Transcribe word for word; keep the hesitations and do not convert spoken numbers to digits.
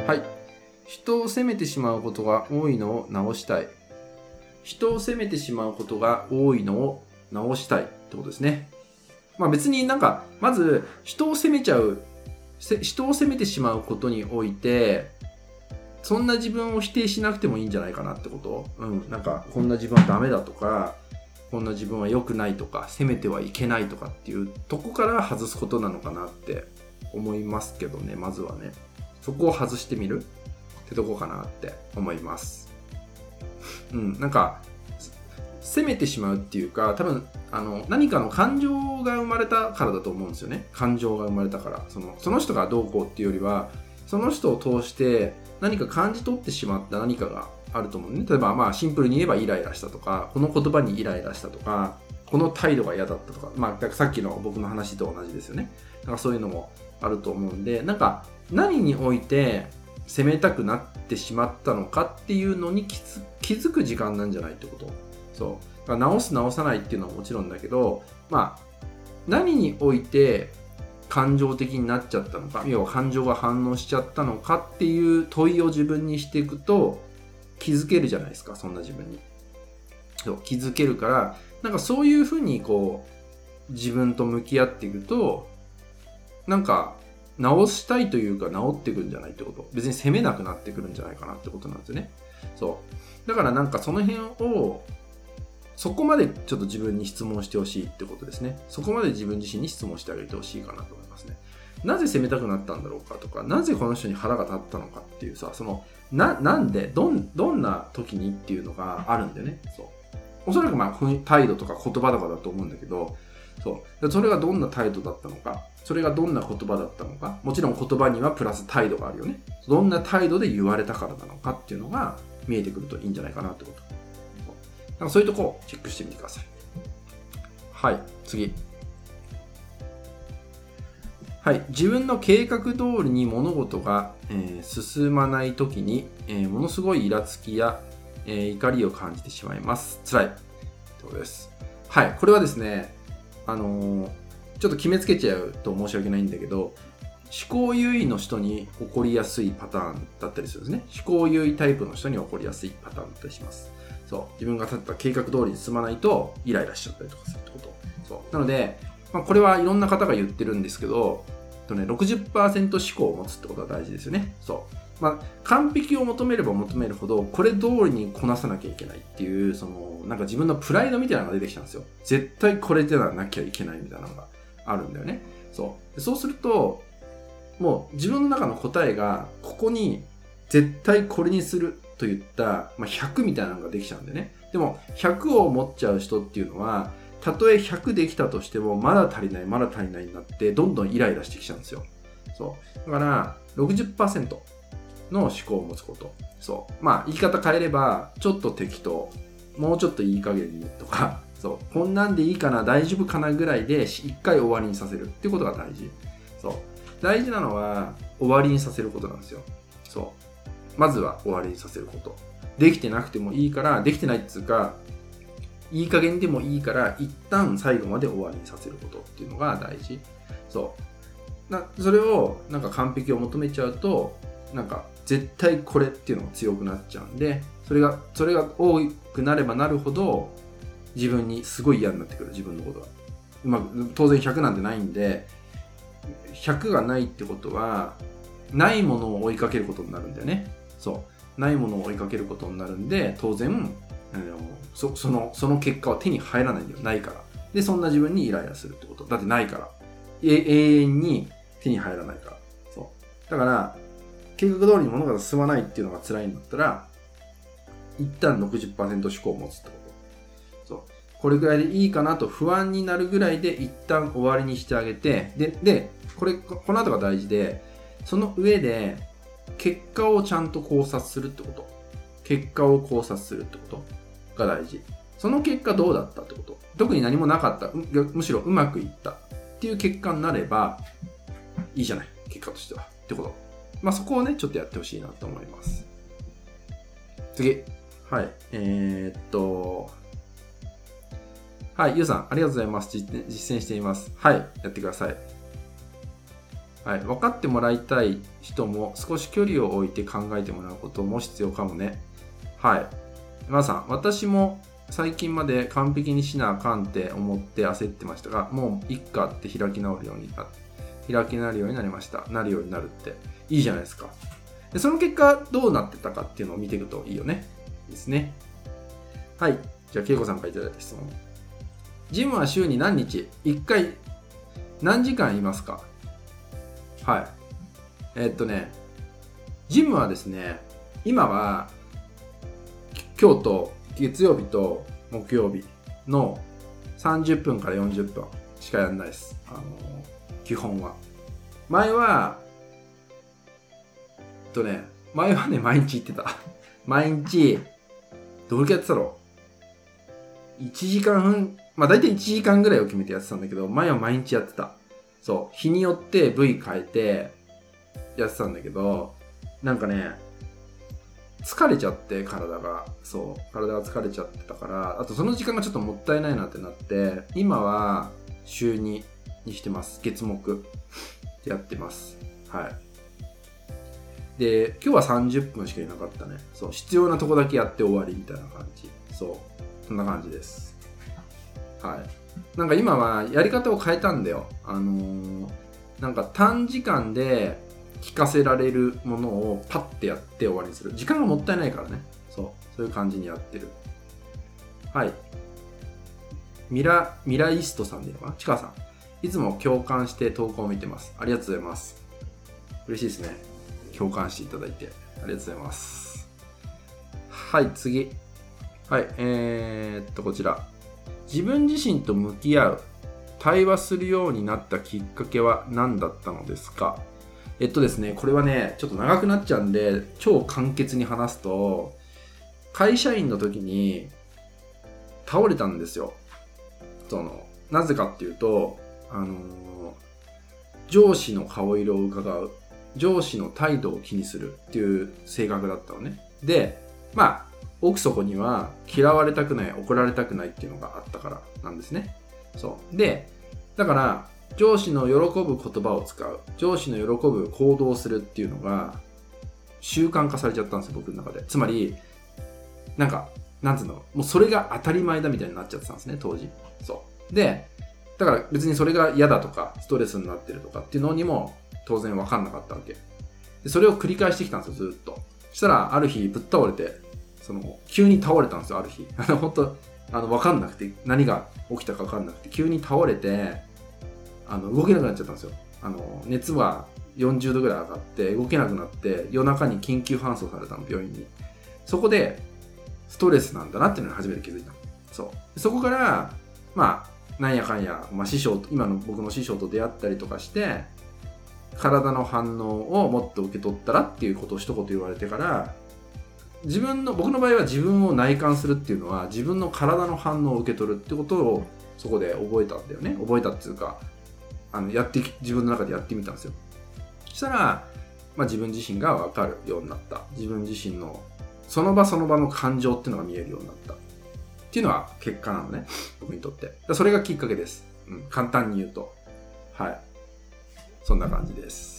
はい。人を責めてしまうことが多いのを直したい。人を責めてしまうことが多いのを直したいってことですね。まあ別になんか、まず人を責めちゃう、人を責めてしまうことにおいて、そんな自分を否定しなくてもいいんじゃないかなってこと。うん。なんか、こんな自分はダメだとか、こんな自分は良くないとか、責めてはいけないとかっていうとこから外すことなのかなって思いますけどね、まずはね。そこを外してみるってとこかなって思います。うん。なんか、責めてしまうっていうか、多分、あの、何かの感情が生まれたからだと思うんですよね。感情が生まれたから。その、その人がどうこうっていうよりは、その人を通して何か感じ取ってしまった何かがあると思うね。例えば、まあ、シンプルに言えばイライラしたとか、この言葉にイライラしたとか、この態度が嫌だったとか、まあ、さっきの僕の話と同じですよね。なんかそういうのもあると思うんで、なんか、何において責めたくなってしまったのかっていうのに気づ、気づく時間なんじゃないってこと。そう。だから直す直さないっていうのはもちろんだけど、まあ、何において感情的になっちゃったのか、要は感情が反応しちゃったのかっていう問いを自分にしていくと気づけるじゃないですか、そんな自分に。そう気づけるから、なんかそういうふうにこう自分と向き合っていくと、なんか直したいというか直っていくんじゃないってこと。別に責めなくなってくるんじゃないかなってことなんですよね。そう。だからなんかその辺をそこまでちょっと自分に質問してほしいってことですね。そこまで自分自身に質問してあげてほしいかなと思いますね。なぜ責めたくなったんだろうかとか、なぜこの人に腹が立ったのかっていうさ、その、な、なんで、どん、どんな時にっていうのがあるんだよね。そう。おそらくまあ、態度とか言葉とかだと思うんだけど、そう。それがどんな態度だったのか、それがどんな言葉だったのか、もちろん言葉にはプラス態度があるよね。どんな態度で言われたからなのかっていうのが見えてくるといいんじゃないかなってこと。なんかそういうとこをチェックしてみてください。はい、次。はい、自分の計画通りに物事が、えー、進まないときに、えー、ものすごいイラつきや、えー、怒りを感じてしまいます。辛い。ってことです。はい、これはですね、あのー、ちょっと決めつけちゃうと申し訳ないんだけど、思考優位の人に起こりやすいパターンだったりするんですね。思考優位タイプの人に起こりやすいパターンだったりします。そう。自分が立てた計画通りに進まないとイライラしちゃったりとかするってこと。そう。なので、まあ、これはいろんな方が言ってるんですけど、とね、ろくじゅっパーセント 思考を持つってことが大事ですよね。そう。まあ、完璧を求めれば求めるほど、これ通りにこなさなきゃいけないっていう、その、なんか自分のプライドみたいなのが出てきたんですよ。絶対これではなきゃいけないみたいなのがあるんだよね。そう。そうすると、もう自分の中の答えが、ここに絶対これにするといった、まあ、ひゃくみたいなのができちゃうんでね。でもひゃくを持っちゃう人っていうのは、たとえひゃくできたとしてもまだ足りないまだ足りないになってどんどんイライラしてきちゃうんですよ。そうだから ろくじゅっパーセント の思考を持つこと。そうまあ言い方変えればちょっと適当、もうちょっといい加減にとか、そうこんなんでいいかな大丈夫かなぐらいで一回終わりにさせるっていうことが大事。そう大事なのは終わりにさせることなんですよ。そうまずは終わりにさせること。できてなくてもいいから、できてないっつうか、いい加減でもいいから、一旦最後まで終わりにさせることっていうのが大事。そう。な、それをなんか完璧を求めちゃうと、なんか絶対これっていうのが強くなっちゃうんで、それが、それが多くなればなるほど、自分にすごい嫌になってくる、自分のことが。まあ、当然ひゃくなんてないんで、ひゃくがないってことは、ないものを追いかけることになるんだよね。そう。ないものを追いかけることになるんで、当然、あの そ, そ, のその結果は手に入らないんだよ。ないから。で、そんな自分にイライラするってこと。だってないから。え永遠に手に入らないから。そう。だから、計画通りに物が進まないっていうのが辛いんだったら、一旦 ろくじゅっパーセント 思考を持つってこと。そう。これぐらいでいいかなと不安になるぐらいで一旦終わりにしてあげて、で、で、これ、この後が大事で、その上で、結果をちゃんと考察するってこと。結果を考察するってことが大事。その結果どうだったってこと。特に何もなかった。むしろうまくいったっていう結果になればいいじゃない。結果としては。ってこと。まあそこをね、ちょっとやってほしいなと思います。次。はい。えー、っと。はい。ゆうさん、ありがとうございます。実践しています。はい。やってください。 はい、分かってもらいたい人も少し距離を置いて考えてもらうことも必要かもね。はい。まーさん、私も最近まで完璧にしなあかんって思って焦ってましたが、もういっかって開き直るようにな開きなるようになりました。なるようになるっていいじゃないですか。でその結果どうなってたかっていうのを見ていくといいよね。いいですね。はい。じゃあ、けいこさんからいただいた質問。ジムは週に何日 ?いっ 回何時間いますか？はい。えーっとね、ジムはですね、今は今日と月曜日と木曜日のさんじゅっぷんからよんじゅっぷんしかやんないです。あのー、基本は。前は、えっとね、前はね、毎日行ってた。毎日、どれくらいやってたろう ?いち 時間、まあ大体いちじかんぐらいを決めてやってたんだけど、前は毎日やってた。そう。日によって部位変えてやってたんだけど、なんかね、疲れちゃって体が。そう。体が疲れちゃってたから、あとその時間がちょっともったいないなってなって、今は週ににしてます。月木やってます。はい。で、今日はさんじゅっぷんしかいなかったね。そう。必要なとこだけやって終わりみたいな感じ。そう。そんな感じです。はい。なんか今はやり方を変えたんだよ。あのー、なんか短時間で聞かせられるものをパッてやって終わりにする。時間がもったいないからね。そう。そういう感じにやってる。はい。ミラ、ミライストさんでいいのかな？ちかさん。いつも共感して投稿を見てます。ありがとうございます。嬉しいですね。共感していただいて。ありがとうございます。はい、次。はい、えー、っと、こちら。自分自身と向き合う、対話するようになったきっかけは何だったのですか？えっとですね、これはね、ちょっと長くなっちゃうんで、超簡潔に話すと、会社員の時に倒れたんですよ。その、なぜかっていうと、あのー、上司の顔色を伺う、上司の態度を気にするっていう性格だったのね。で、まあ、奥底には嫌われたくない、怒られたくないっていうのがあったからなんですね。そう。で、だから、上司の喜ぶ言葉を使う、上司の喜ぶ行動をするっていうのが習慣化されちゃったんですよ、僕の中で。つまり、なんか、なんつうの、もうそれが当たり前だみたいになっちゃってたんですね、当時。そう。で、だから別にそれが嫌だとか、ストレスになってるとかっていうのにも当然分かんなかったわけ。で、それを繰り返してきたんですよ、ずっと。そしたら、ある日、ぶっ倒れて、その、急に倒れたんですよ、ある日。あの、本当あの、分かんなくて、何が起きたか分かんなくて、急に倒れて、あの、動けなくなっちゃったんですよ。あの、熱はよんじゅうどぐらい上がって、動けなくなって、夜中に緊急搬送されたの、病院に。そこで、ストレスなんだなっていうのに初めて気づいた。そう。そこから、まあ、なんやかんや、まあ、師匠と、今の僕の師匠と出会ったりとかして、体の反応をもっと受け取ったらっていうことを一言言われてから、自分の、僕の場合は自分を内観するっていうのは、自分の体の反応を受け取るってことを、そこで覚えたんだよね。覚えたっていうか、あの、やって、自分の中でやってみたんですよ。そしたら、まあ自分自身が分かるようになった。自分自身の、その場その場の感情っていうのが見えるようになった。っていうのは結果なのね。僕にとって。それがきっかけです。うん、簡単に言うと。はい。そんな感じです。